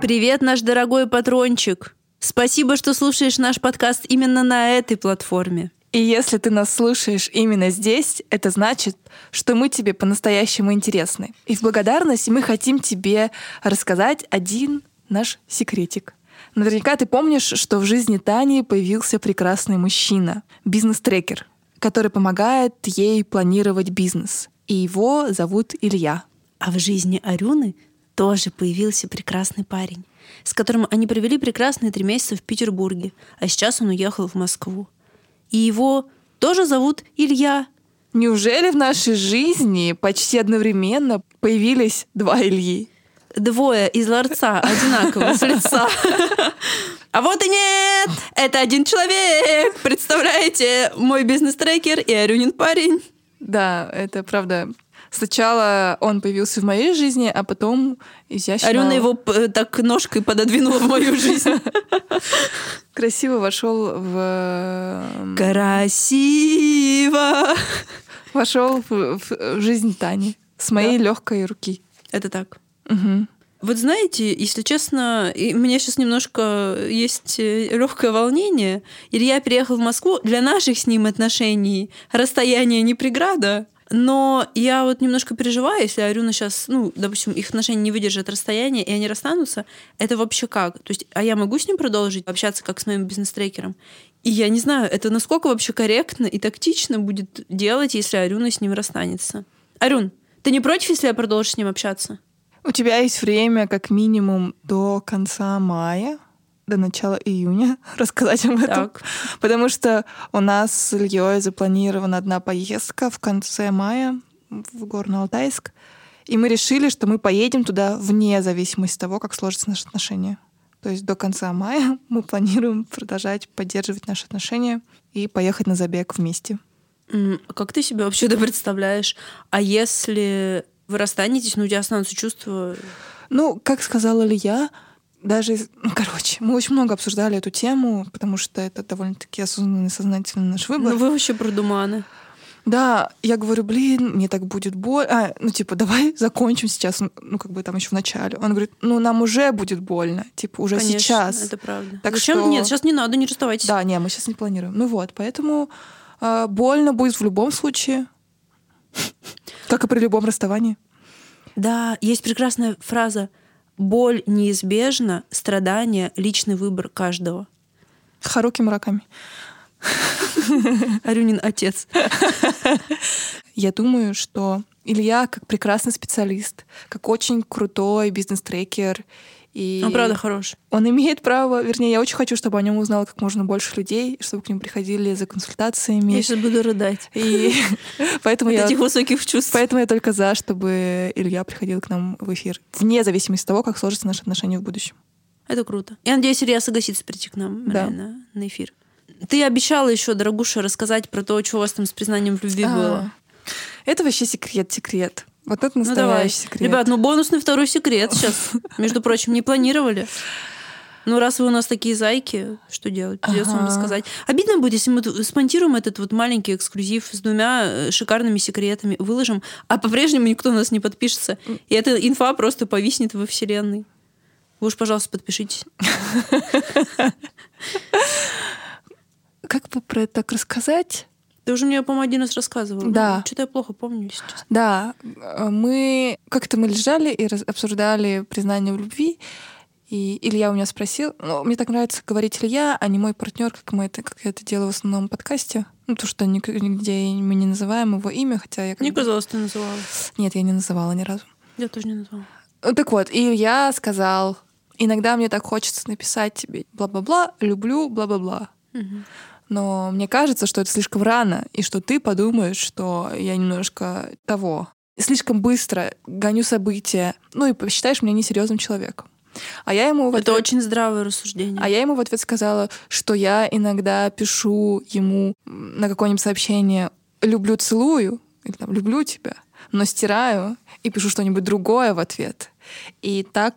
Привет, наш дорогой патрончик. Спасибо, что слушаешь наш подкаст именно на этой платформе. И если ты нас слушаешь именно здесь, это значит, что мы тебе по-настоящему интересны. И в благодарность мы хотим тебе рассказать один наш секретик. Наверняка ты помнишь, что в жизни Тани появился прекрасный мужчина, бизнес-трекер, который помогает ей планировать бизнес. И его зовут Илья. А в жизни Арюны тоже появился прекрасный парень, с которым они провели прекрасные 3 месяца в Петербурге, а сейчас он уехал в Москву. И его тоже зовут Илья. Неужели в нашей жизни почти одновременно появились 2 Ильи? 2 из ларца, одинаково с лица. А вот и нет! Это один человек! Представляете, мой бизнес-трекер и Арюнин парень. Да, это правда. Сначала он появился в моей жизни, а потом изящно... Арюна его так ножкой пододвинула в мою жизнь. Красиво вошел в... Красиво! Вошел в жизнь Тани с моей легкой руки. Это так. Угу. Вот знаете, если честно, у меня сейчас немножко есть легкое волнение. Илья переехал в Москву. Для наших с ним отношений расстояние не преграда. Но я вот немножко переживаю, если Арюна сейчас, допустим, их отношения не выдержат расстояние, и они расстанутся, это вообще как? То есть, а я могу с ним продолжить общаться как с моим бизнес-трекером? И я не знаю, это насколько вообще корректно и тактично будет делать, если Арюна с ним расстанется. Арюн, ты не против, если я продолжу с ним общаться? У тебя есть время как минимум до конца мая, до начала июня рассказать об этом. Так. Потому что у нас с Ильей запланирована одна поездка в конце мая в Горно-Алтайск. И мы решили, что мы поедем туда вне зависимости от того, как сложатся наши отношения. То есть до конца мая мы планируем продолжать поддерживать наши отношения и поехать на забег вместе. Как ты себе вообще это представляешь? А если вы расстанетесь, но у тебя останутся чувства? Как сказала Илья, даже, мы очень много обсуждали эту тему, потому что это довольно-таки осознанный, сознательный наш выбор. Вы вообще продуманы. Да, я говорю, мне так будет больно. Давай закончим сейчас, там еще в начале. Он говорит, нам уже будет больно, уже Конечно, сейчас. Это правда. Так Зачем? что... Нет, сейчас не надо, не расставайтесь. Да, мы сейчас не планируем. Поэтому больно будет в любом случае, как и при любом расставании. Да, есть прекрасная фраза: боль неизбежна, страдания — личный выбор каждого. Харуки Мураками. Арюнин отец. Я думаю, что Илья, как прекрасный специалист, как очень крутой бизнес-трекер, и Он правда хорош. Он имеет право, я очень хочу, чтобы о нем узнало как можно больше людей, чтобы к нему приходили за консультациями. Я сейчас буду рыдать. И поэтому от этих высоких чувств. Поэтому я только за, чтобы Илья приходил к нам в эфир, вне зависимости от того, как сложатся наши отношения в будущем. Это круто. Я надеюсь, Илья согласится прийти к нам на эфир. Ты обещала еще, дорогуша, рассказать про то, что у вас там с признанием в любви было. Это вообще секрет. Вот это настоящий секрет. Ребят, бонусный 2 секрет сейчас. Между прочим, не планировали. Раз вы у нас такие зайки, что делать? Придется вам рассказать. Обидно будет, если мы смонтируем этот маленький эксклюзив с 2 шикарными секретами, выложим, а по-прежнему никто на нас не подпишется. И эта инфа просто повиснет во вселенной. Вы уж, пожалуйста, подпишитесь. Как бы про это так рассказать? Ты уже мне, по-моему, 1 раз рассказывала. Да. Что-то я плохо помню, если честно. Да. Мы лежали и обсуждали признание в любви. И Илья у меня спросил... мне так нравится говорить Илья, а не мой партнер, как я это делаю в основном подкасте. То, что нигде мы не называем его имя, хотя я... Мне казалось, ты называла. Нет, я не называла ни разу. Я тоже не назвала. Так вот, и Илья сказал: иногда мне так хочется написать тебе бла-бла-бла, люблю, бла-бла-бла. Угу. Но мне кажется, что это слишком рано, и что ты подумаешь, что я немножко слишком быстро гоню события, и посчитаешь меня несерьезным человеком. А я ему это очень здравое рассуждение. А я ему в ответ сказала, что я иногда пишу ему на какое-нибудь сообщение «люблю, целую» или «люблю тебя», но стираю и пишу что-нибудь другое в ответ. И так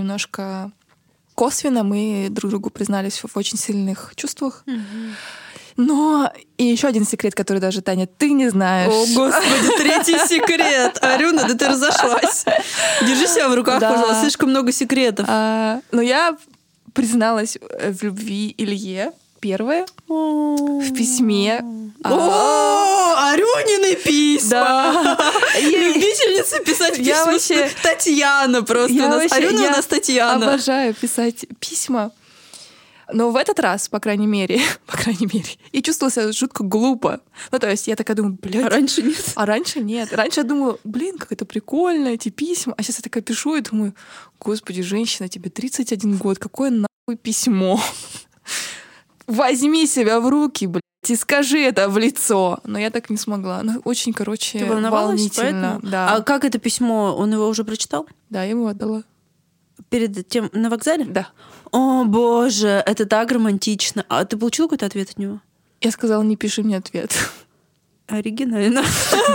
немножко косвенно мы друг другу признались в очень сильных чувствах. Но и еще один секрет, который даже, Таня, ты не знаешь. О, Господи, третий секрет. Арюна, да ты разошлась. Держи себя в руках, Да. пожалуйста, слишком много секретов. Но я призналась в любви Илье первое в письме. О, Арюнины письма! Да. Любительница писать Я письма. вообще- Татьяна просто Я у нас. вообще- Арюна у я нас Татьяна. Обожаю писать письма. Но в этот раз, по крайней мере, я чувствовала себя жутко глупо. Ну, то есть я такая думаю, блядь. А раньше нет. А раньше нет. Раньше я думала, блин, как это прикольно, эти письма. А сейчас я такая пишу и думаю, господи, женщина, тебе 31 год, какое нахуй письмо? Возьми себя в руки, блядь, и скажи это в лицо. Но я так не смогла. Ну, очень, короче, Ты волновалась, волнительно. поэтому? Да. А как это письмо? Он его уже прочитал? Да, я ему отдала. Перед тем на вокзале? Да. О, боже, это так романтично. А ты получил какой-то ответ от него? Я сказала, не пиши мне ответ. Оригинально.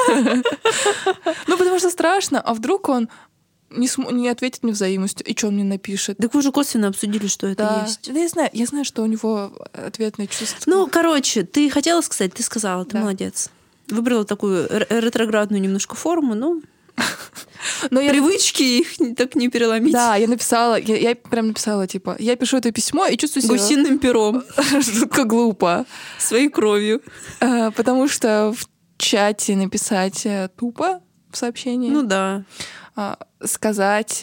Ну, потому что страшно. А вдруг он не ответит мне взаимностью, и что он мне напишет? Так вы уже косвенно обсудили, что это Да. есть. Да, я знаю, что у него ответное чувство. Ну, короче, ты хотела сказать, ты сказала, ты Да. молодец. Выбрала такую ретроградную немножко форму, но Но я... привычки их так не переломить. Да, я написала, я прям написала, типа, я пишу это письмо и чувствую себя Гусиным пером, жутко глупо. своей кровью. Потому что в чате написать тупо в сообщении. Ну да. Сказать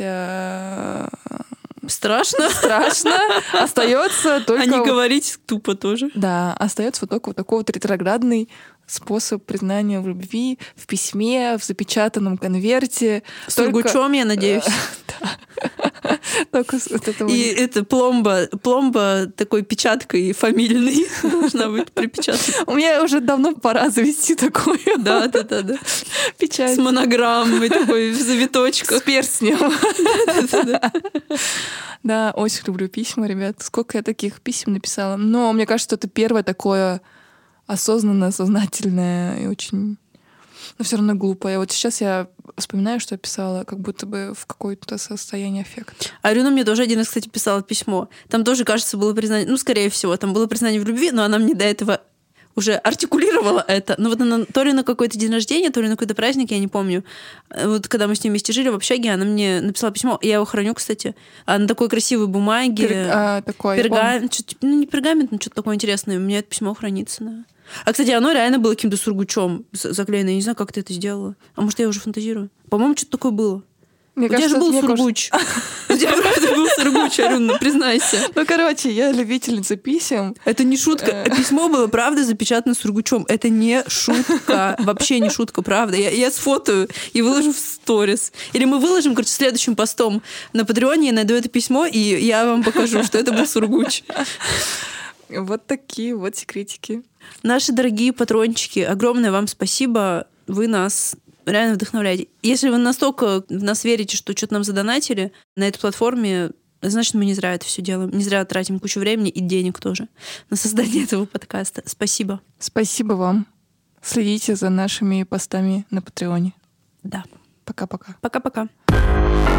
Страшно, страшно. Остается а только... не говорить тупо тоже. Да, остается вот только вот такой вот ретроградный способ признания в любви в письме, в запечатанном конверте. С сургучом, я надеюсь. Только вот это вот. И это пломба такой печаткой фамильной должна быть припечатана. У меня уже давно пора завести такую Да. печать. С монограммой такой в завиточках. С перстнем. Да-да-да. Да, очень люблю письма, ребят. Сколько я таких писем написала. Но мне кажется, что это первое такое осознанное, сознательное и очень... Но все равно глупое. Вот сейчас я вспоминаю, что я писала, как будто бы в какое-то состояние аффекта. Арюна мне тоже один раз, кстати, писала письмо. Там тоже, кажется, было признание, ну, скорее всего, там было признание в любви, но она мне до этого уже артикулировала это. Но вот она то ли на какой-то день рождения, то ли на какой-то праздник, я не помню. Вот когда мы с ней вместе жили в общаге, она мне написала письмо. Я его храню, кстати. А на такой красивой бумаге. Такое. Пергамент. Ну, не пергамент, но что-то такое интересное. У меня это письмо хранится, да. А, кстати, оно реально было каким-то сургучом заклеено. Я не знаю, как ты это сделала. А может, я уже фантазирую? По-моему, что-то такое было. Мне У тебя же был сургуч. У тебя правда был сургуч, Арюна, признайся. Ну, короче, я любительница писем. Это не шутка. Письмо было, правда, запечатано сургучом. Это не шутка. Вообще не шутка, правда. Я сфотою и выложу в сторис. Или мы выложим, короче, следующим постом на Патреоне, я найду это письмо, и я вам покажу, что это был сургуч. Вот такие вот секретики. Наши дорогие патрончики, огромное вам спасибо. Вы нас реально вдохновляете. Если вы настолько в нас верите, что что-то нам задонатили на этой платформе, значит, мы не зря это все делаем. Не зря тратим кучу времени и денег тоже на создание этого подкаста. Спасибо. Спасибо вам. Следите за нашими постами на Патреоне. Да. Пока-пока. Пока-пока.